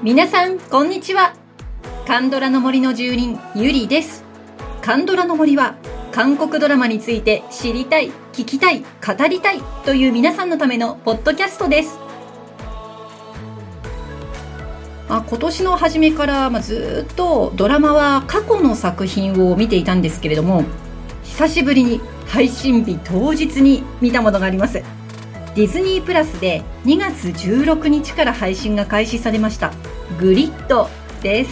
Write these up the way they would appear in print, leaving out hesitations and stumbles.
皆さんこんにちは。カンドラの森の住人ゆりです。カンドラの森は韓国ドラマについて知りたい、聞きたい、語りたいという皆さんのためのポッドキャストです。今年の初めからずっとドラマは過去の作品を見ていたんですけれども、久しぶりに配信日当日に見たものがあります。ディズニープラスで2月16日から配信が開始されましたグリッドです。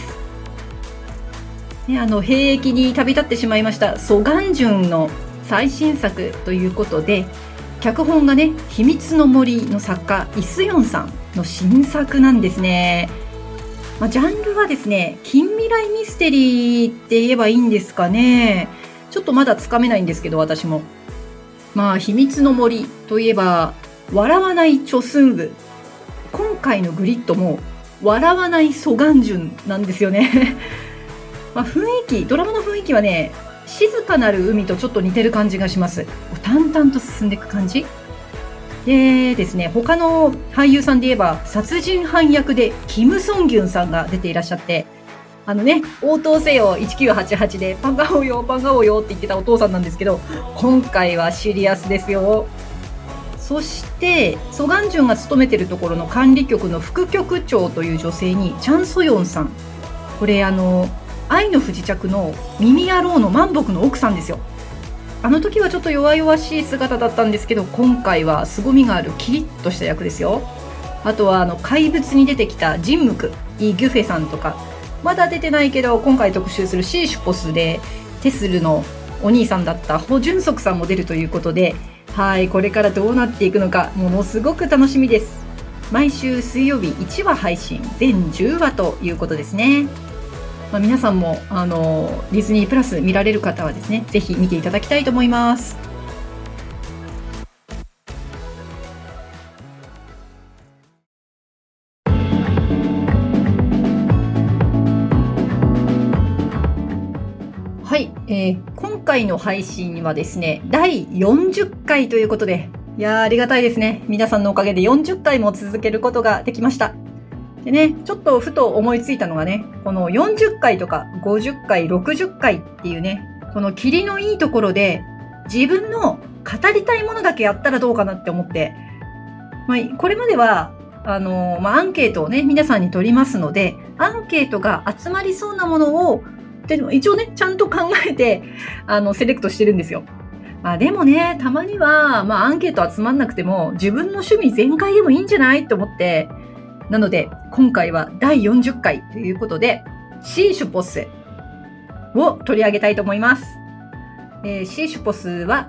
兵役に旅立ってしまいましたソ・ガンジュンの最新作ということで、脚本がね、秘密の森の作家イ・スヨンさんの新作なんですね。ジャンルはですね、近未来ミステリーって言えばいいんですかね。ちょっとまだつかめないんですけど、私も。秘密の森といえば、笑わないチョ・スンウ。今回のグリッドも、笑わないソ・ガンジュンなんですよね。雰囲気、ドラマの雰囲気はね、静かなる海とちょっと似てる感じがします。淡々と進んでいく感じでですね、他の俳優さんで言えば殺人犯役でキム・ソンギュンさんが出ていらっしゃって、応答せよ1988でパンガオよパンガオよって言ってたお父さんなんですけど、今回はシリアスですよ。そしてソ・ガンジュンが勤めてるところの管理局の副局長という女性にチャン・ソヨンさん、これ愛の不時着のミミ・アローの万僕の奥さんですよ。あの時はちょっと弱々しい姿だったんですけど、今回は凄みがあるキリッとした役ですよ。あとは怪物に出てきたジンムク、イ・ギュフェさんとか、まだ出てないけど今回特集するシーシュポスでテスルのお兄さんだったホ・ジュンソクさんも出るということで、これからどうなっていくのかものすごく楽しみです。毎週水曜日1話配信、全10話ということですね。皆さんもディズニープラス見られる方はですね、ぜひ見ていただきたいと思います。はい、今回の配信はですね、第40回ということで、ありがたいですね。皆さんのおかげで40回も続けることができました。でね、ちょっとふと思いついたのがね、この40回とか50回、60回っていうね、この切りのいいところで自分の語りたいものだけやったらどうかなって思って、これまではアンケートをね、皆さんに取りますので、アンケートが集まりそうなものをでも一応ね、ちゃんと考えてセレクトしてるんですよ。でもね、たまにはアンケート集まんなくても自分の趣味全開でもいいんじゃないと思って、なので今回は第40回ということでシーシュポスを取り上げたいと思います。シーシュポスは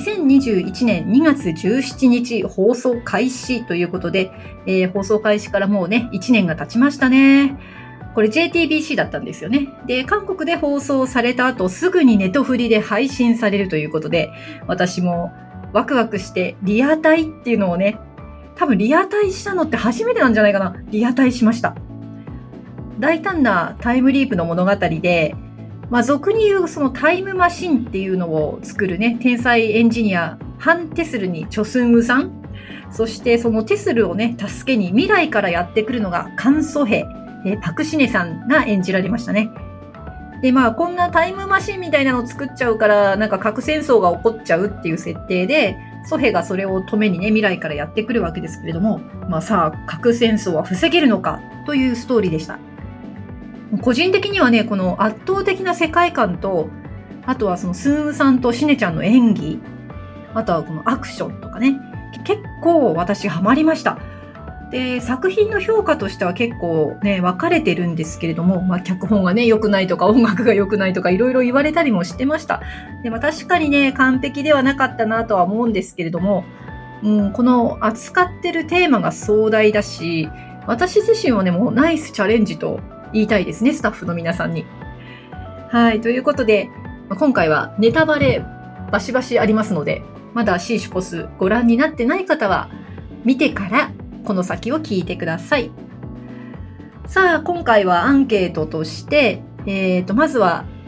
2021年2月17日放送開始ということで、放送開始からもうね1年が経ちましたね。これ JTBC だったんですよね。で、韓国で放送された後すぐにネトフリで配信されるということで、私もワクワクしてリアタイっていうのをね、多分リアタイしたのって初めてなんじゃないかな。リアタイしました。大胆なタイムリープの物語で、俗に言うそのタイムマシンっていうのを作るね、天才エンジニア、ハン・テスルにチョ・スンウさん、そしてそのテスルをね、助けに未来からやってくるのがカン・ソヘ、パク・シネさんが演じられましたね。で、こんなタイムマシンみたいなのを作っちゃうから、なんか核戦争が起こっちゃうっていう設定で、ソヘがそれを止めにね、未来からやってくるわけですけれども、さあ、核戦争は防げるのかというストーリーでした。個人的にはね、この圧倒的な世界観と、あとはそのスンウさんとシネちゃんの演技、あとはこのアクションとかね、結構私ハマりました。で、作品の評価としては結構ね、分かれてるんですけれども、脚本がね、良くないとか音楽が良くないとかいろいろ言われたりもしてました。で、確かにね、完璧ではなかったなとは思うんですけれども、この扱ってるテーマが壮大だし、私自身はね、もうナイスチャレンジと言いたいですね、スタッフの皆さんに。はい、ということで、今回はネタバレバシバシありますので、まだシーシュポスご覧になってない方は、見てからこの先を聞いてください。さあ、今回はアンケートとして、まずは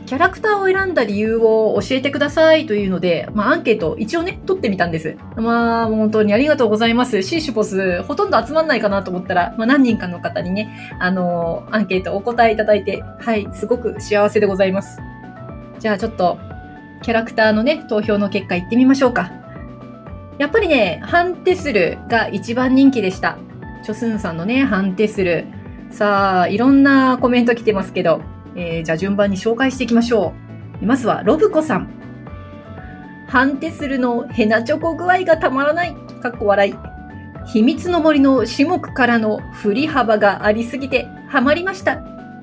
キャラクターを選んだ理由を教えてくださいというので、アンケート一応ね、取ってみたんです。本当にありがとうございます。シーシュポス、ほとんど集まんないかなと思ったら、何人かの方にね、アンケートお答えいただいて、はい、すごく幸せでございます。じゃあちょっと、キャラクターのね、投票の結果いってみましょうか。やっぱりね、ハンテスルが一番人気でした。チョスンさんのね、ハンテスル。さあ、いろんなコメント来てますけど、じゃあ順番に紹介していきましょう。まずはロブコさん。ハンテスルのヘナチョコ具合がたまらない。かっこ笑い。秘密の森の種目からの振り幅がありすぎてハマりました。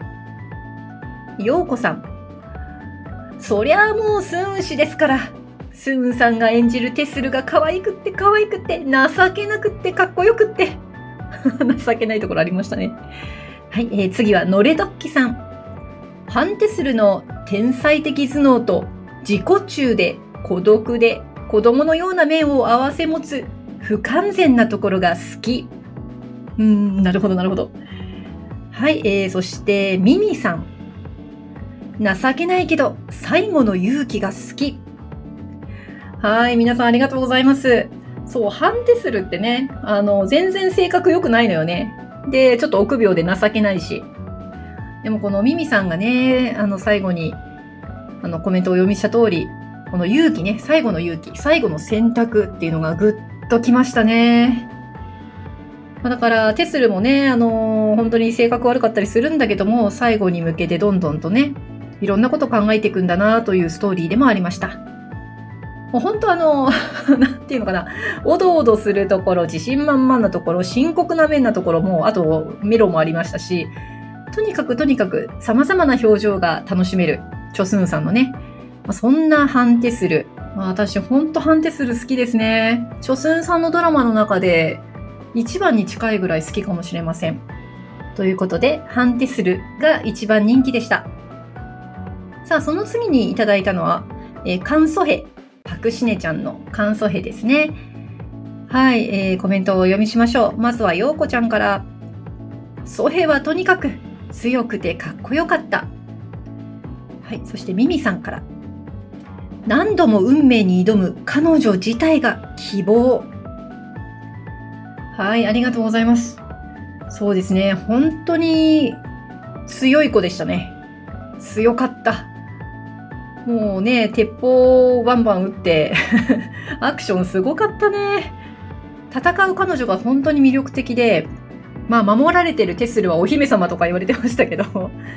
ヨウコさん。そりゃあもうスーン氏ですから。スーンさんが演じるテスルが可愛くって可愛くって情けなくってかっこよくって情けないところありましたね。はい、次はノレドッキさん。ハンテスルの天才的頭脳と自己中で孤独で子供のような面を併せ持つ不完全なところが好き。なるほどなるほど。はい、そしてミミさん。情けないけど最後の勇気が好き。はい、皆さんありがとうございます。そう、ハンテスルってね、全然性格良くないのよね。で、ちょっと臆病で情けないし。でもこのミミさんがね、最後に、コメントをお読みした通り、この勇気ね、最後の勇気、最後の選択っていうのがぐっときましたね。だから、テスルもね、本当に性格悪かったりするんだけども、最後に向けてどんどんとね、いろんなこと考えていくんだなというストーリーでもありました。もう本当なんていうのかな、おどおどするところ、自信満々なところ、深刻な面なところも、あとメロもありましたし、とにかく様々な表情が楽しめるチョスンさんのね、そんなハンテスル。私ほんとハンテスル好きですね。チョスンさんのドラマの中で一番に近いぐらい好きかもしれません。ということで、ハンテスルが一番人気でした。さあ、その次にいただいたのは、カンソヘ。パクシネちゃんのカンソヘですね。はい、コメントをお読みしましょう。まずはヨウコちゃんから。ソヘはとにかく強くてかっこよかった。はい、そしてミミさんから。何度も運命に挑む彼女自体が希望。はい、ありがとうございます。そうですね、本当に強い子でしたね。強かった。もうね、鉄砲をバンバン撃ってアクションすごかったね。戦う彼女が本当に魅力的で、守られてるテスルはお姫様とか言われてましたけど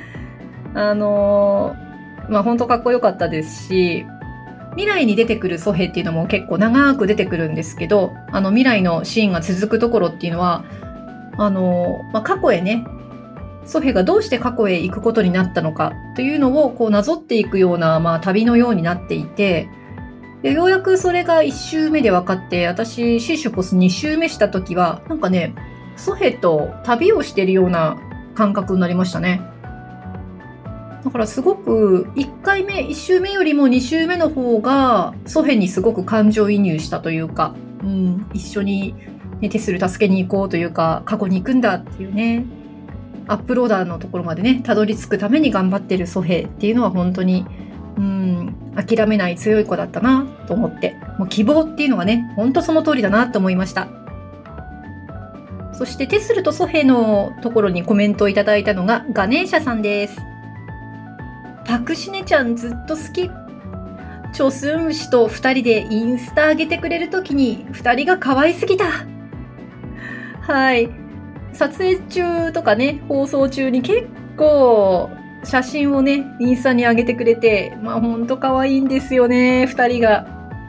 本当かっこよかったですし、未来に出てくるソヘっていうのも結構長く出てくるんですけど、未来のシーンが続くところっていうのは、過去へね、ソヘがどうして過去へ行くことになったのかというのをこうなぞっていくような、旅のようになっていて、でようやくそれが1周目で分かって、私、シーシュポス2周目した時は、なんかね、ソヘと旅をしているような感覚になりましたね。だからすごく1周目よりも2周目の方がソヘにすごく感情移入したというか、一緒に、ね、テスル助けに行こうというか、過去に行くんだっていうね、アップローダーのところまでね、たどり着くために頑張ってるソヘっていうのは本当に、諦めない強い子だったなと思って、もう希望っていうのがね、本当その通りだなと思いました。そしてテスルとソヘのところにコメントをいただいたのがガネーシャさんです。パクシネちゃんずっと好き。チョスン氏と2人でインスタ上げてくれるときに2人が可愛すぎた。はい。撮影中とかね、放送中に結構写真をね、インスタに上げてくれて、ほんと可愛いんですよね、2人が。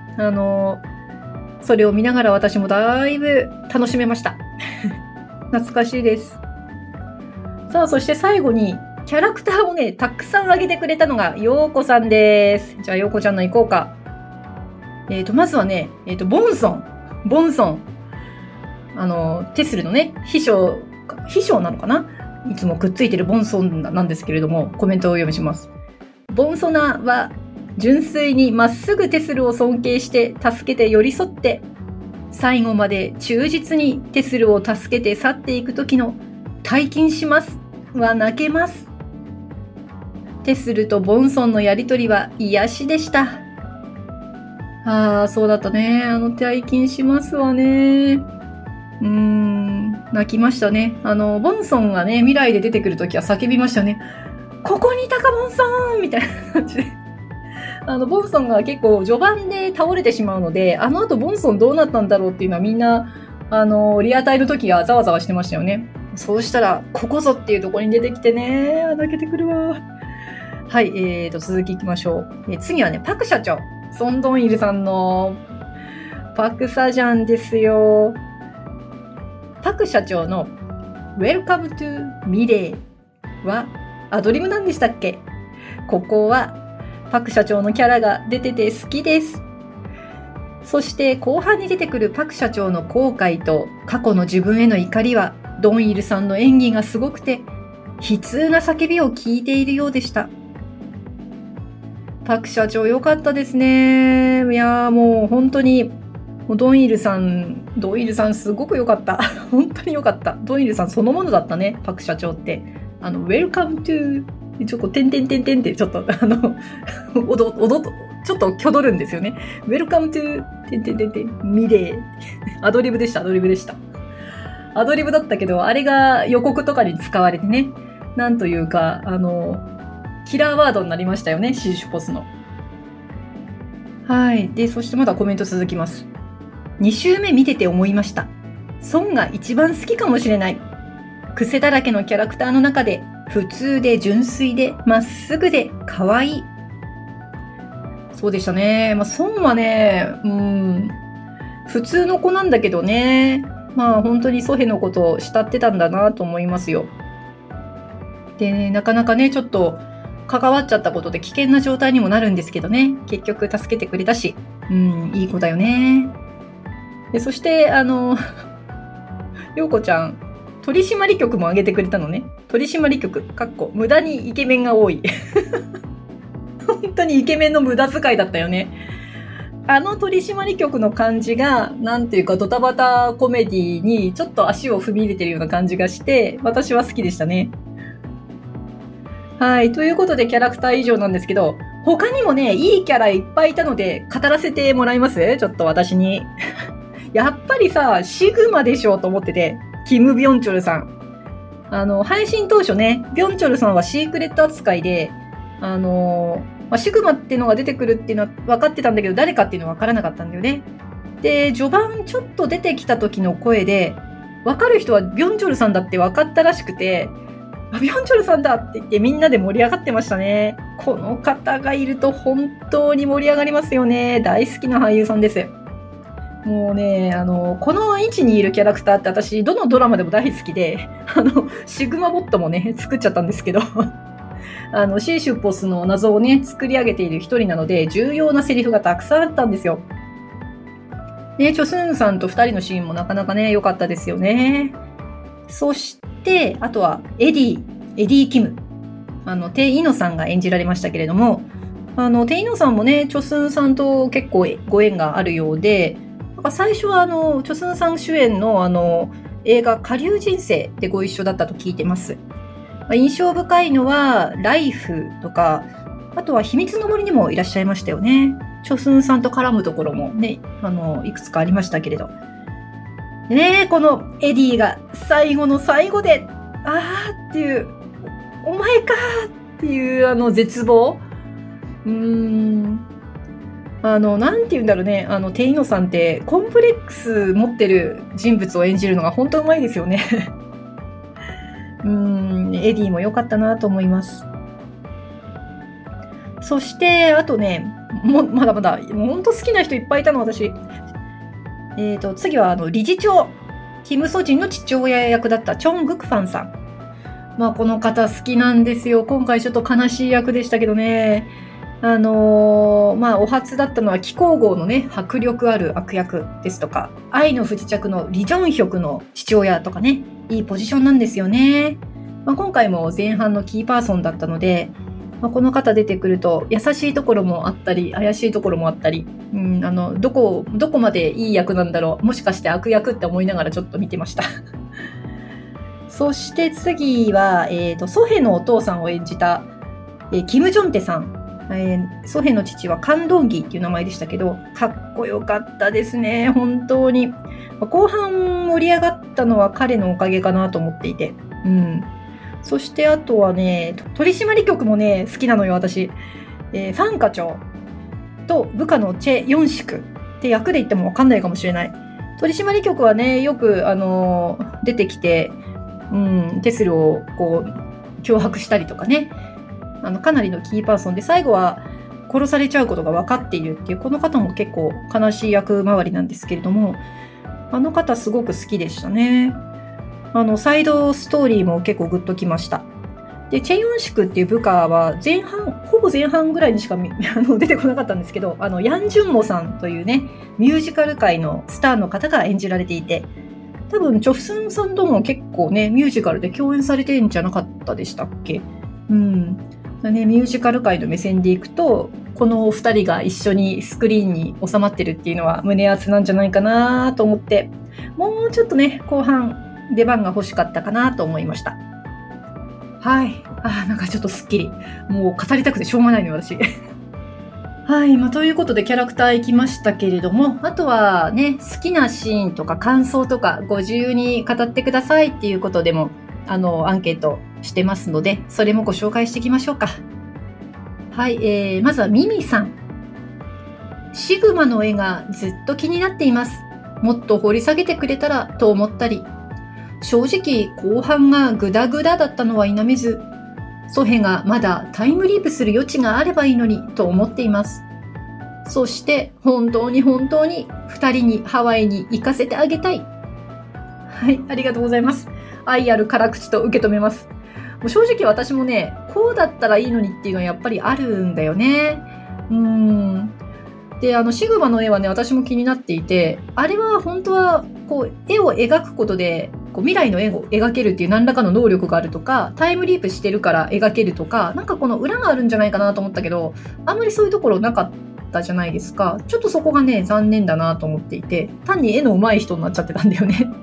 それを見ながら私もだいぶ楽しめました。懐かしいです。さあ、そして最後に、キャラクターをね、たくさん上げてくれたのが、ヨウコさんです。じゃあ、ヨウコちゃんの行こうか。まずはね、ボンソン。テスルのね、秘書なのかないつもくっついてるボンソンなんですけれども、コメントをお読みします。ボンソナは、純粋にまっすぐテスルを尊敬して、助けて寄り添って、最後まで忠実にテスルを助けて去っていく時の、退勤しますは泣けます。 テスルとボンソンのやりとりは癒しでした。そうだったね。体験しますわね。泣きましたね。ボンソンがね、未来で出てくるときは叫びましたね。ここにいたか、ボンソンみたいな感じで。ボンソンが結構序盤で倒れてしまうので、後ボンソンどうなったんだろうっていうのはみんな、リアタイの時はざわざわしてましたよね。そうしたら、ここぞっていうところに出てきてね、泣けてくるわ。はい、続きいきましょう。次はね、パク社長。ソン・ドンイルさんのパクサジャンですよ。パク社長の Welcome to ミレイはアドリブなんでしたっけ？ここはパク社長のキャラが出てて好きです。そして後半に出てくるパク社長の後悔と過去の自分への怒りはドンイルさんの演技がすごくて悲痛な叫びを聞いているようでした。パク社長良かったですね。いやーもう本当にドンイルさんすごく良かった。本当に良かった。ドンイルさんそのものだったね、パク社長って。Welcome to ちょっとてんてんてんてんってちょっとちょっと挙取るんですよね。Welcome to てんてんてんてんミレー。アドリブでした。アドリブだったけど、あれが予告とかに使われてね、なんというかキラーワードになりましたよね、シーシュポスの。はい。で、そしてまだコメント続きます。2週目見てて思いました。ソンが一番好きかもしれない。癖だらけのキャラクターの中で、普通で純粋で、まっすぐで、可愛い。そうでしたね。ソンはね、普通の子なんだけどね、本当にソヘのことを慕ってたんだなと思いますよ。で、なかなかね、ちょっと、関わっちゃったことで危険な状態にもなるんですけどね。結局助けてくれたし、いい子だよね。で、そして、ようこちゃん、取締局も挙げてくれたのね。取締局、無駄にイケメンが多い。本当にイケメンの無駄遣いだったよね。取締局の感じが、なんていうかドタバタコメディにちょっと足を踏み入れてるような感じがして、私は好きでしたね。はい。ということでキャラクター以上なんですけど、他にもね、いいキャラいっぱいいたので、語らせてもらいます？ちょっと私に。やっぱりさ、シグマでしょうと思ってて、キム・ビョンチョルさん。配信当初ね、ビョンチョルさんはシークレット扱いで、シグマっていうのが出てくるっていうのは分かってたんだけど、誰かっていうのは分からなかったんだよね。で、序盤ちょっと出てきた時の声で、分かる人はビョンチョルさんだって分かったらしくて、ビョンチョルさんだって言ってみんなで盛り上がってましたね。この方がいると本当に盛り上がりますよね。大好きな俳優さんです。もうね、この位置にいるキャラクターって私、どのドラマでも大好きで、シグマボットもね、作っちゃったんですけど、シーシュポスの謎をね、作り上げている一人なので、重要なセリフがたくさんあったんですよ。ね、チョスンさんと二人のシーンもなかなかね、良かったですよね。そして、あとは、エディ・キム。テイ・イノさんが演じられましたけれども、テイ・イノさんもね、チョスンさんと結構ご縁があるようで、最初はチョスンさん主演の映画、下流人生でご一緒だったと聞いてます。印象深いのは、ライフとか、あとは秘密の森にもいらっしゃいましたよね。チョスンさんと絡むところもね、いくつかありましたけれど。でね、このエディが最後の最後で、っていう、お前かっていう絶望。なんて言うんだろうね。テイノさんってコンプレックス持ってる人物を演じるのが本当うまいですよね。エディも良かったなと思います。そして、あとね、まだまだ、本当好きな人いっぱいいたの、私。次は理事長。キム・ソジンの父親役だったチョン・グクファンさん。この方好きなんですよ。今回ちょっと悲しい役でしたけどね。お初だったのは気候号のね、迫力ある悪役ですとか、愛の不時着のリ・ジョンヒョクの父親とかね、いいポジションなんですよね。今回も前半のキーパーソンだったので、この方出てくると優しいところもあったり、怪しいところもあったり、どこまでいい役なんだろう、もしかして悪役って思いながらちょっと見てました。そして次は、ソヘのお父さんを演じたキム・ジョンテさん。ソヘの父はカンドンギっていう名前でしたけど、かっこよかったですね、本当に。後半盛り上がったのは彼のおかげかなと思っていて。そしてあとはね、取締局もね、好きなのよ、私。ファン課長と部下のチェ・ヨンシクって役で言ってもわかんないかもしれない。取締局はね、よく、出てきて、テスルをこう、脅迫したりとかね。かなりのキーパーソンで、最後は殺されちゃうことが分かっているっていう、この方も結構悲しい役回りなんですけれども、あの方すごく好きでしたね。サイドストーリーも結構グッときました。で、チェヨンシクっていう部下はほぼ前半ぐらいにしか出てこなかったんですけど、ヤン・ジュンモさんというね、ミュージカル界のスターの方が演じられていて、多分、チョフスンさんとも結構ね、ミュージカルで共演されてんじゃなかったでしたっけ？ね、ミュージカル界の目線でいくと、この2人が一緒にスクリーンに収まってるっていうのは胸熱なんじゃないかなと思って、もうちょっとね、後半出番が欲しかったかなと思いました。はい。なんかちょっとすっきり。もう語りたくてしょうがないのよ、私。はい。ということでキャラクター行きましたけれども、あとはね、好きなシーンとか感想とかご自由に語ってくださいっていうことでも、アンケートしてますので、それもご紹介していきましょうか。はい。まずはミミさん。シグマの絵がずっと気になっています。もっと掘り下げてくれたらと思ったり、正直後半がグダグダだったのは否めず、ソヘがまだタイムリープする余地があればいいのにと思っています。そして本当に2人にハワイに行かせてあげたい。はい、ありがとうございます。愛ある辛口と受け止めます。もう正直私もね、こうだったらいいのにっていうのはやっぱりあるんだよね。で、シグマの絵はね、私も気になっていて、あれは本当はこう絵を描くことで未来の絵を描けるっていう何らかの能力があるとか、タイムリープしてるから描けるとか、なんかこの裏があるんじゃないかなと思ったけど、あんまりそういうところなかったじゃないですか。ちょっとそこがね、残念だなと思っていて、単に絵の上手い人になっちゃってたんだよね。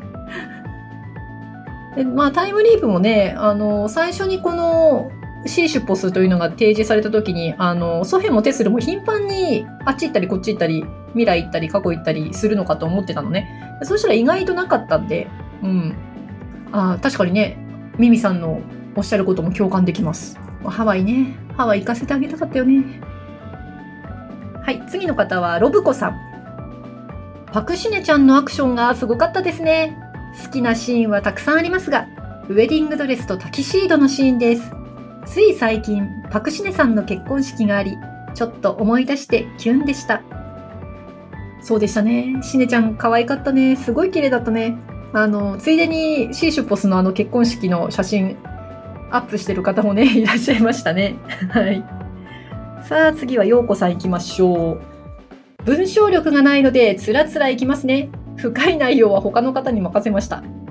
で、タイムリープもね、最初にこのシーシュポスというのが提示された時に、ソヘもテスルも頻繁にあっち行ったりこっち行ったり、未来行ったり過去行ったりするのかと思ってたのね。そしたら意外となかったんで、確かにね、ミミさんのおっしゃることも共感できます。ハワイ行かせてあげたかったよね。はい、次の方はロブコさん。パクシネちゃんのアクションがすごかったですね。好きなシーンはたくさんありますが、ウェディングドレスとタキシードのシーンです。つい最近、パクシネさんの結婚式があり、ちょっと思い出してキュンでした。そうでしたね。シネちゃん可愛かったね。すごい綺麗だったね。ついでにシーシュポスの結婚式の写真アップしてる方もね、いらっしゃいましたね。はい。さあ次は陽子さん行きましょう。文章力がないのでつらつらいきますね。深い内容は他の方に任せました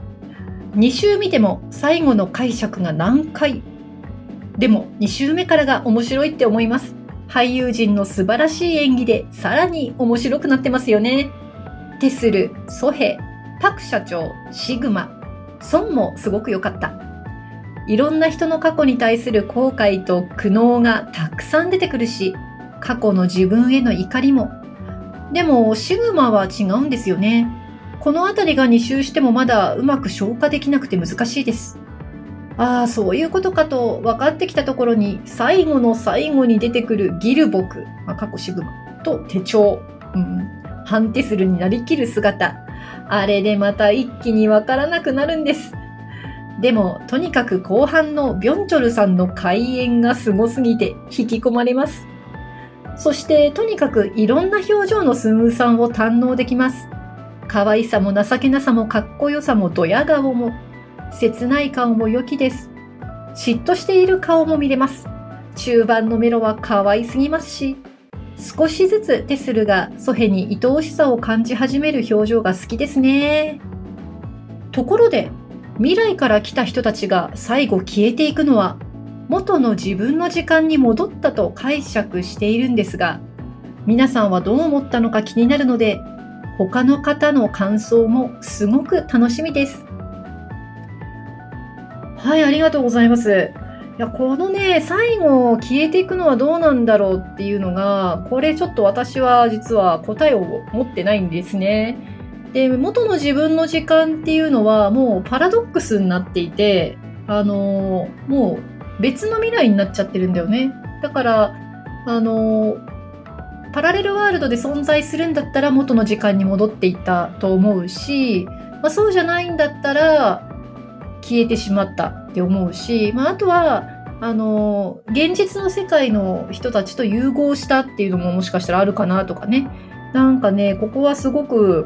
。2週見ても最後の解釈が難解。でも2週目からが面白いって思います。俳優陣の素晴らしい演技でさらに面白くなってますよね。テスル、ソヘ、パク社長、シグマ、ソンもすごく良かった。いろんな人の過去に対する後悔と苦悩がたくさん出てくるし、過去の自分への怒りも。でもシグマは違うんですよね。このあたりが2周してもまだうまく消化できなくて難しいです。そういうことかと分かってきたところに、最後の最後に出てくるギルボク、過去シグマと手帳、ハンテスルになりきる姿、あれでまた一気に分からなくなるんです。でもとにかく後半のビョンチョルさんの開演がすごすぎて引き込まれます。そしてとにかくいろんな表情のスムーさんを堪能できます。可愛さも情けなさもかっこよさもドヤ顔も切ない顔も良きです。嫉妬している顔も見れます。中盤のメロは可愛すぎますし、少しずつテスルがソヘに愛おしさを感じ始める表情が好きですね。ところで、未来から来た人たちが最後消えていくのは、元の自分の時間に戻ったと解釈しているんですが、皆さんはどう思ったのか気になるので、他の方の感想もすごく楽しみです。はい、ありがとうございます。いや、このね、最後消えていくのはどうなんだろうっていうのが、これちょっと私は実は答えを持ってないんですね。で、元の自分の時間っていうのはもうパラドックスになっていて、もう別の未来になっちゃってるんだよね。だから、パラレルワールドで存在するんだったら元の時間に戻っていったと思うし、そうじゃないんだったら消えてしまったって思うし、あとは現実の世界の人たちと融合したっていうのももしかしたらあるかなとかね。なんかね、ここはすごく、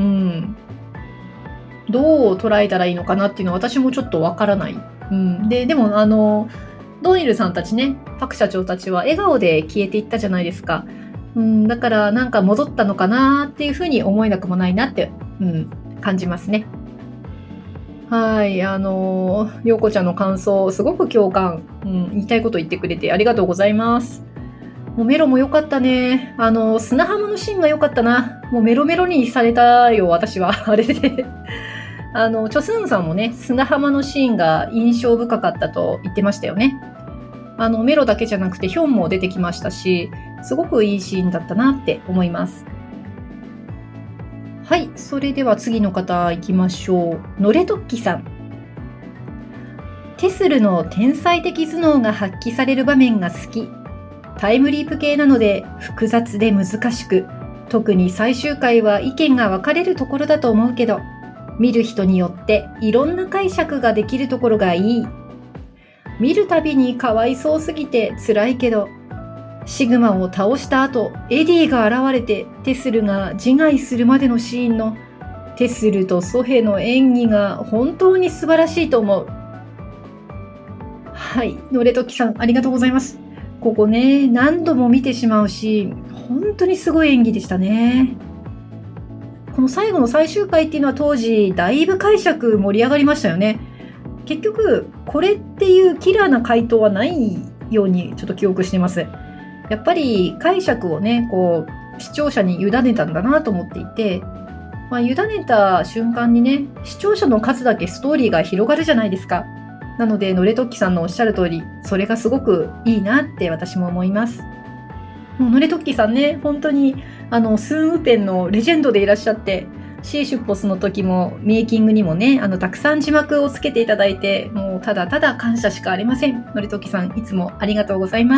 どう捉えたらいいのかなっていうのは私もちょっとわからない。でもドンイルさんたちね、パク社長たちは笑顔で消えていったじゃないですか。だからなんか戻ったのかなっていうふうに思えなくもないなって、感じますね。はい、陽子ちゃんの感想、すごく共感、言いたいこと言ってくれてありがとうございます。もうメロも良かったね。砂浜のシーンが良かったな。もうメロメロにされたよ、私は。あれで。チョスンさんもね、砂浜のシーンが印象深かったと言ってましたよね。メロだけじゃなくてヒョンも出てきましたし、すごくいいシーンだったなって思います。はい、それでは次の方行きましょう。ノレトッキさん。テスルの天才的頭脳が発揮される場面が好き。タイムリープ系なので複雑で難しく、特に最終回は意見が分かれるところだと思うけど、見る人によっていろんな解釈ができるところがいい。見るたびにかわいそうすぎて辛いけど、シグマを倒した後、エディが現れてテスルが自害するまでのシーンのテスルとソヘの演技が本当に素晴らしいと思う。はい、ノレトキさんありがとうございます。ここね、何度も見てしまうし、本当にすごい演技でしたね。この最後の最終回っていうのは当時だいぶ解釈盛り上がりましたよね。結局これっていうキラーな回答はないようにちょっと記憶してます。やっぱり解釈をね、こう視聴者に委ねたんだなと思っていて、委ねた瞬間にね、視聴者の数だけストーリーが広がるじゃないですか。なのでノレトッキさんのおっしゃる通り、それがすごくいいなって私も思います。もうノレトッキさんね、本当にスンウペンのレジェンドでいらっしゃって、シーシュッポスの時もメイキングにもね、たくさん字幕をつけていただいて、もうただただ感謝しかありません。ノレトッキさんいつもありがとうございます。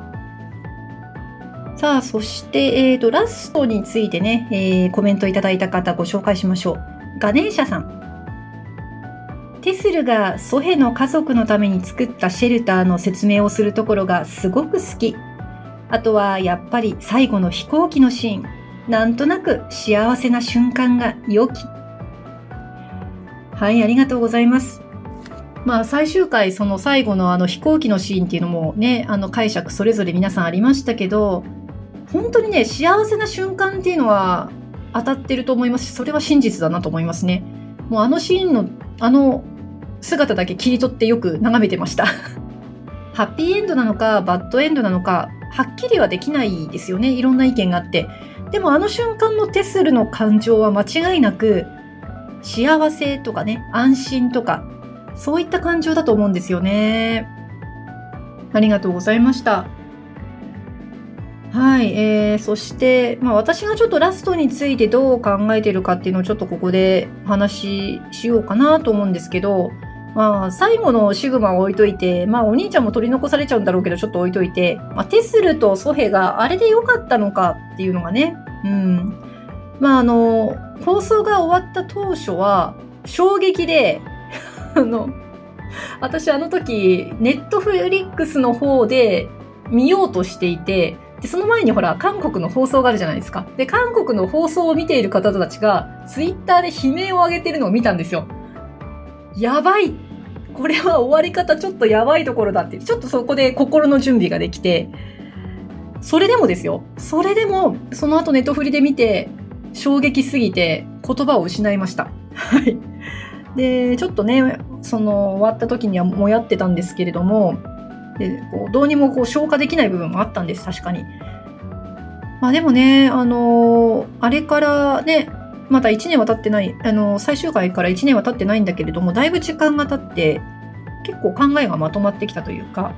さあ、そして、ラストについてね、コメントいただいた方ご紹介しましょう。ガネーシャさん。テスルがソヘの家族のために作ったシェルターの説明をするところがすごく好き。あとはやっぱり最後の飛行機のシーン。なんとなく幸せな瞬間が良き。はい、ありがとうございます。最終回、その最後の飛行機のシーンっていうのもね、解釈それぞれ皆さんありましたけど、本当にね、幸せな瞬間っていうのは当たってると思いますし、それは真実だなと思いますね。もうシーンの姿だけ切り取ってよく眺めてました。ハッピーエンドなのかバッドエンドなのかはっきりはできないですよね。いろんな意見があって。でも瞬間のテスルの感情は間違いなく幸せとかね、安心とかそういった感情だと思うんですよね。ありがとうございました。はい、そして、私がちょっとラストについてどう考えてるかっていうのをちょっとここでお話ししようかなと思うんですけど、最後のシグマを置いといて、お兄ちゃんも取り残されちゃうんだろうけどちょっと置いといて、テスルとソヘがあれで良かったのかっていうのがね、放送が終わった当初は衝撃で私時ネットフリックスの方で見ようとしていて、でその前にほら韓国の放送があるじゃないですか。で韓国の放送を見ている方たちがツイッターで悲鳴を上げてるのを見たんですよ。やばい、これは終わり方ちょっとやばいところだって、ちょっとそこで心の準備ができて、それでもですよ、それでもその後ネットフリで見て衝撃すぎて言葉を失いました。はい。でちょっとね、終わった時にはもやってたんですけれども、でどうにも消化できない部分もあったんです。確かに。でもね、あれからね、まだ1年は経ってない、最終回から1年は経ってないんだけれども、だいぶ時間が経って、 結構考えがまとまってきたというか、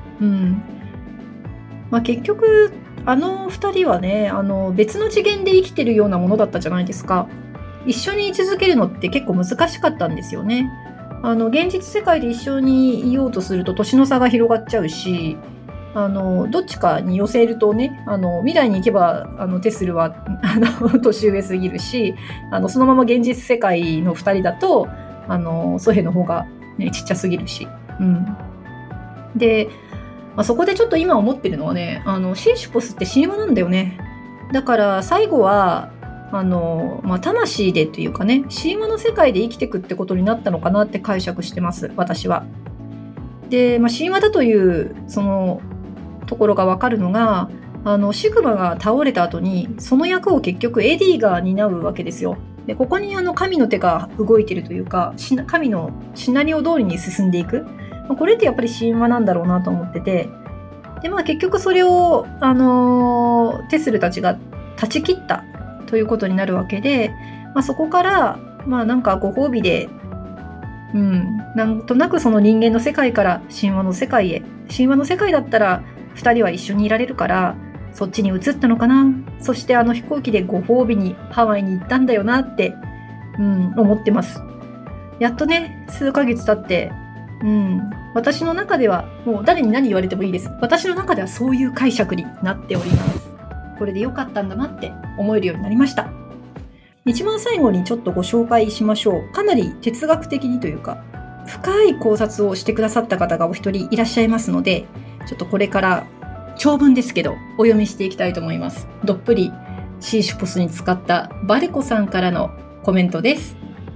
結局あの2人はね、別の次元で生きてるようなものだったじゃないですか。一緒に居続けるのって結構難しかったんですよね。現実世界で一緒にいようとすると年の差が広がっちゃうし、どっちかに寄せるとね、未来に行けばテスルは年上すぎるし、そのまま現実世界の2人だとソヘの方が、ね、ちっちゃすぎるし、で、そこでちょっと今思ってるのはね、シーシュポスって神話なんだよね。だから最後は魂でというかね、神話の世界で生きていくってことになったのかなって解釈してます、私は。で、神話だというそのところが分かるのが、シグマが倒れた後にその役を結局エディが担うわけですよ。で、ここに神の手が動いてるというか、神のシナリオ通りに進んでいく。これってやっぱり神話なんだろうなと思ってて、で、結局それをテスルたちが断ち切ったということになるわけで、そこからなんかご褒美で、なんとなくその人間の世界から神話の世界へ、神話の世界だったら2人は一緒にいられるからそっちに移ったのかな。そして飛行機でご褒美にハワイに行ったんだよなって、思ってます。やっとね、数ヶ月経って、私の中ではもう誰に何言われてもいいです。私の中ではそういう解釈になっております。これで良かったんだなって思えるようになりました。一番最後にちょっとご紹介しましょう。かなり哲学的にというか深い考察をしてくださった方がお一人いらっしゃいますので、ちょっとこれから長文ですけどお読みしていきたいと思います。どっぷりシーシュポスに使ったバルコさんからのコメントです。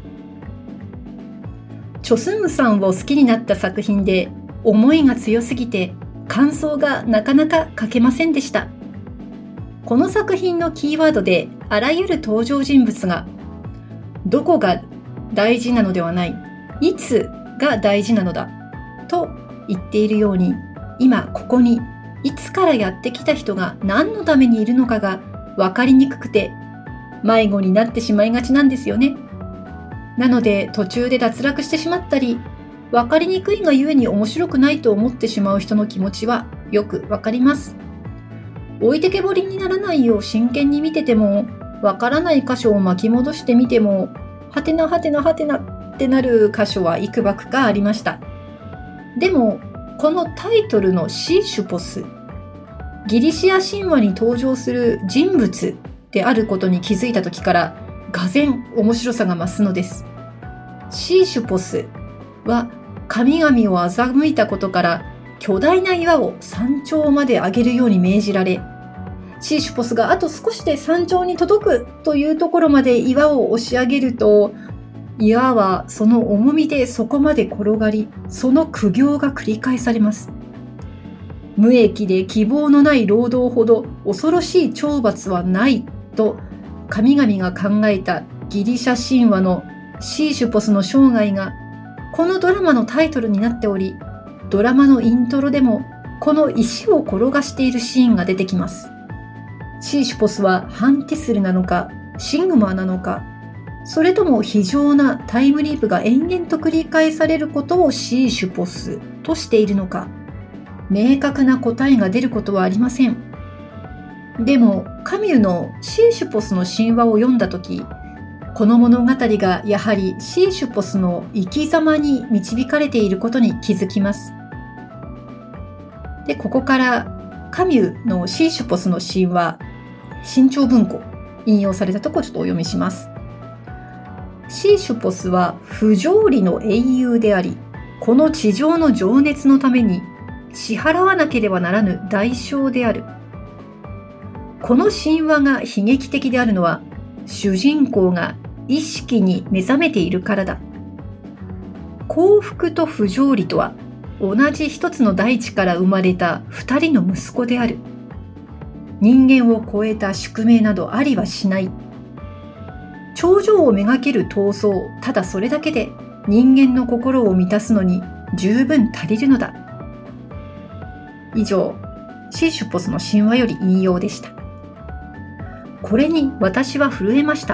チョスンウさんを好きになった作品で思いが強すぎて感想がなかなか書けませんでした。この作品のキーワードであらゆる登場人物がどこが大事なのではない、いつが大事なのだと言っているように、今ここにいつからやってきた人が何のためにいるのかが分かりにくくて迷子になってしまいがちなんですよね。なので途中で脱落してしまったり、分かりにくいがゆえに面白くないと思ってしまう人の気持ちはよく分かります。置いてけぼりにならないよう真剣に見てても、わからない箇所を巻き戻してみても、はてなはてなはてなってなる箇所はいくばくかありました。でも、このタイトルのシーシュポス、ギリシア神話に登場する人物であることに気づいた時から、がぜん面白さが増すのです。シーシュポスは神々を欺いたことから、巨大な岩を山頂まで上げるように命じられ、シーシュポスがあと少しで山頂に届くというところまで岩を押し上げると、岩はその重みでそこまで転がり、その苦行が繰り返されます。無益で希望のない労働ほど恐ろしい懲罰はないと神々が考えたギリシャ神話のシーシュポスの生涯がこのドラマのタイトルになっており、ドラマのイントロでもこの石を転がしているシーンが出てきます。シーシュポスは反テスルなのかシグマなのか、それとも非常なタイムリープが延々と繰り返されることをシーシュポスとしているのか、明確な答えが出ることはありません。でもカミュのシーシュポスの神話を読んだとき、この物語がやはりシーシュポスの生き様に導かれていることに気づきます。で、ここからカミュのシーシュポスの神話、新潮文庫引用されたところをちょっとお読みします。シーシュポスは不条理の英雄であり、この地上の情熱のために支払わなければならぬ代償である。この神話が悲劇的であるのは、主人公が意識に目覚めているからだ。幸福と不条理とは、同じ一つの大地から生まれた二人の息子である。人間を超えた宿命などありはしない。頂上をめがける闘争、ただそれだけで人間の心を満たすのに十分足りるのだ。以上、シーシュポスの神話より引用でした。これに私は震えました。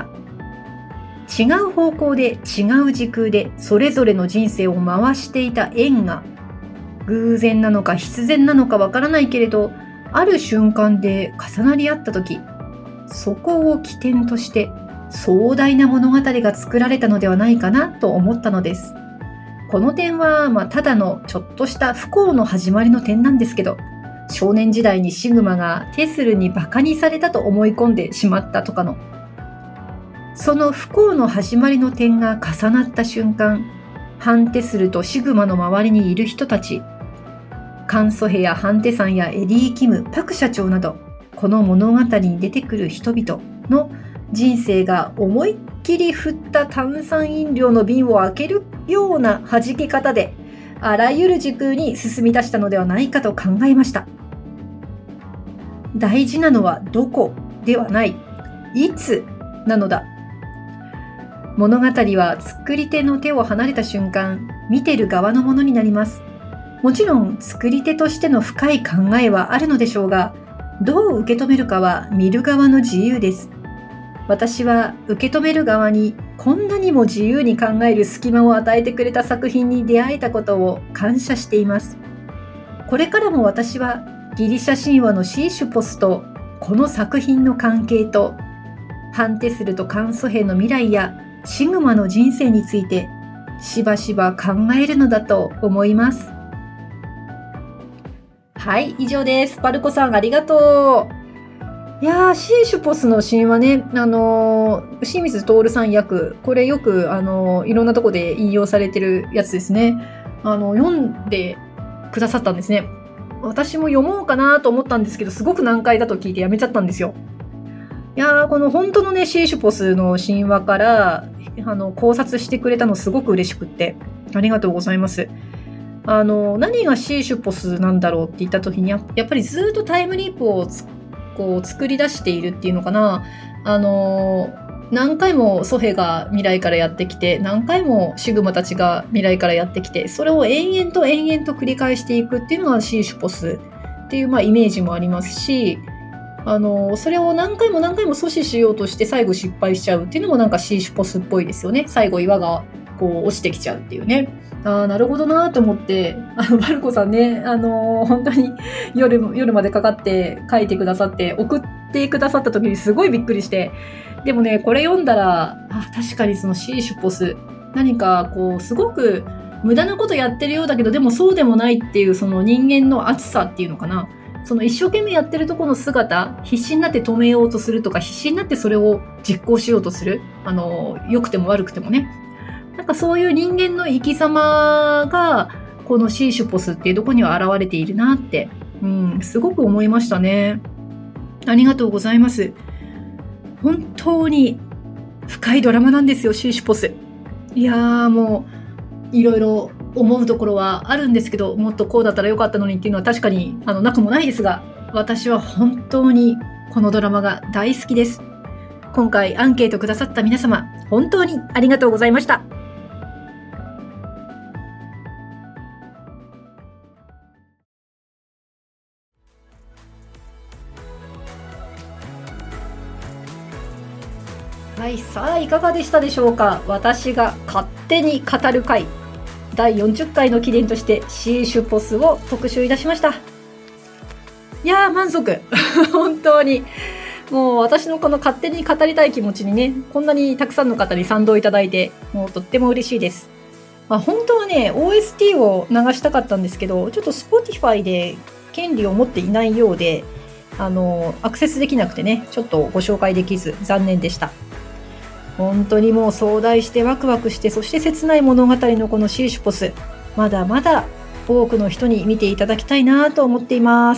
違う方向で違う時空でそれぞれの人生を回していた円が偶然なのか必然なのかわからないけれど、ある瞬間で重なり合った時、そこを起点として壮大な物語が作られたのではないかなと思ったのです。この点は、ただのちょっとした不幸の始まりの点なんですけど、少年時代にシグマがテスルにバカにされたと思い込んでしまったとかの、その不幸の始まりの点が重なった瞬間、ハンテスルとシグマの周りにいる人たち、カン・ソヘやハンテさんやエディ・キム、パク社長など、この物語に出てくる人々の人生が思いっきり振った炭酸飲料の瓶を開けるような弾け方で、あらゆる時空に進み出したのではないかと考えました。大事なのはどこではない、いつなのだ。物語は作り手の手を離れた瞬間、見てる側のものになります。もちろん作り手としての深い考えはあるのでしょうが、どう受け止めるかは見る側の自由です。私は受け止める側にこんなにも自由に考える隙間を与えてくれた作品に出会えたことを感謝しています。これからも私はギリシャ神話のシーシュポスとこの作品の関係と、ハンテスルとカンソヘの未来やシグマの人生についてしばしば考えるのだと思います。はい、以上です。パルコさんありがとう。いやー、シーシュポスの神話ね、清水徹さん役、これよくいろんなとこで引用されてるやつですね。読んでくださったんですね。私も読もうかなと思ったんですけど、すごく難解だと聞いてやめちゃったんですよ。いやー、この本当のね、シーシュポスの神話から考察してくれたのすごく嬉しくって、ありがとうございます。何がシーシュポスなんだろうって言った時に、やっぱりずっとタイムリープをこう作り出しているっていうのかな。何回もソヘが未来からやってきて、何回もシグマたちが未来からやってきて、それを延々と繰り返していくっていうのがシーシュポスっていう、イメージもありますし、それを何回も阻止しようとして最後失敗しちゃうっていうのもなんかシーシュポスっぽいですよね。最後岩がこう落ちてきちゃうっていうね。なるほどなと思って、バルコさんね、本当に夜までかかって書いてくださって、送ってくださった時にすごいびっくりして、でもね、これ読んだら、確かにそのシーシュポス、何かこう、すごく無駄なことやってるようだけど、でもそうでもないっていう、その人間の熱さっていうのかな。その一生懸命やってるところの姿、必死になって止めようとするとか、必死になってそれを実行しようとする。良くても悪くてもね。なんかそういう人間の生き様が、このシーシュポスっていうところには現れているなって、すごく思いましたね。ありがとうございます。本当に深いドラマなんですよ、シーシュポス。いやー、もういろいろ思うところはあるんですけど、もっとこうだったらよかったのにっていうのは確かになくもないですが、私は本当にこのドラマが大好きです。今回アンケートくださった皆様、本当にありがとうございました。はい、さあいかがでしたでしょうか。私が勝手に語る回、第40回の記念としてシーシュポスを特集いたしました。いやー、満足本当にもう私のこの勝手に語りたい気持ちにね、こんなにたくさんの方に賛同いただいて、もうとっても嬉しいです。本当はね OST を流したかったんですけど、ちょっと Spotify で権利を持っていないようでアクセスできなくてね、ちょっとご紹介できず残念でした。本当にもう壮大してワクワクして、そして切ない物語のこのシーシュポス、まだまだ多くの人に見ていただきたいなと思っています。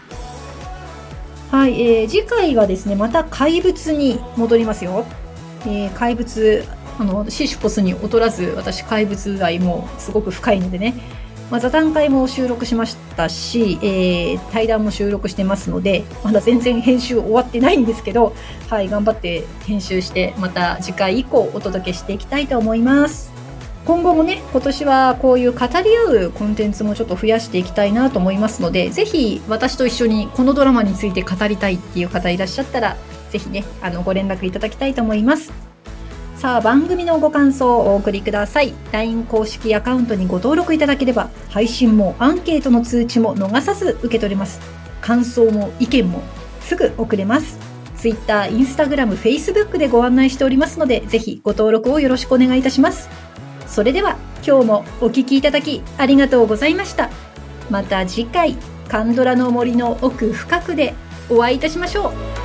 はい、次回はですね、また怪物に戻りますよ。怪物、シーシュポスに劣らず、私怪物愛もすごく深いのでね、座談会も収録しましたし、対談も収録してますので、まだ全然編集終わってないんですけど、はい、頑張って編集して、また次回以降お届けしていきたいと思います。今後もね、今年はこういう語り合うコンテンツもちょっと増やしていきたいなと思いますので、ぜひ私と一緒にこのドラマについて語りたいっていう方いらっしゃったら、ぜひね、ご連絡いただきたいと思います。 さあ、番組のご感想をお送りください。LINE 公式アカウントにご登録いただければ、配信もアンケートの通知も逃さず受け取れます。感想も意見もすぐ送れます。Twitter、Instagram、Facebook でご案内しておりますので、ぜひご登録をよろしくお願いいたします。それでは、今日もお聞きいただきありがとうございました。また次回、カンドラの森の奥深くでお会いいたしましょう。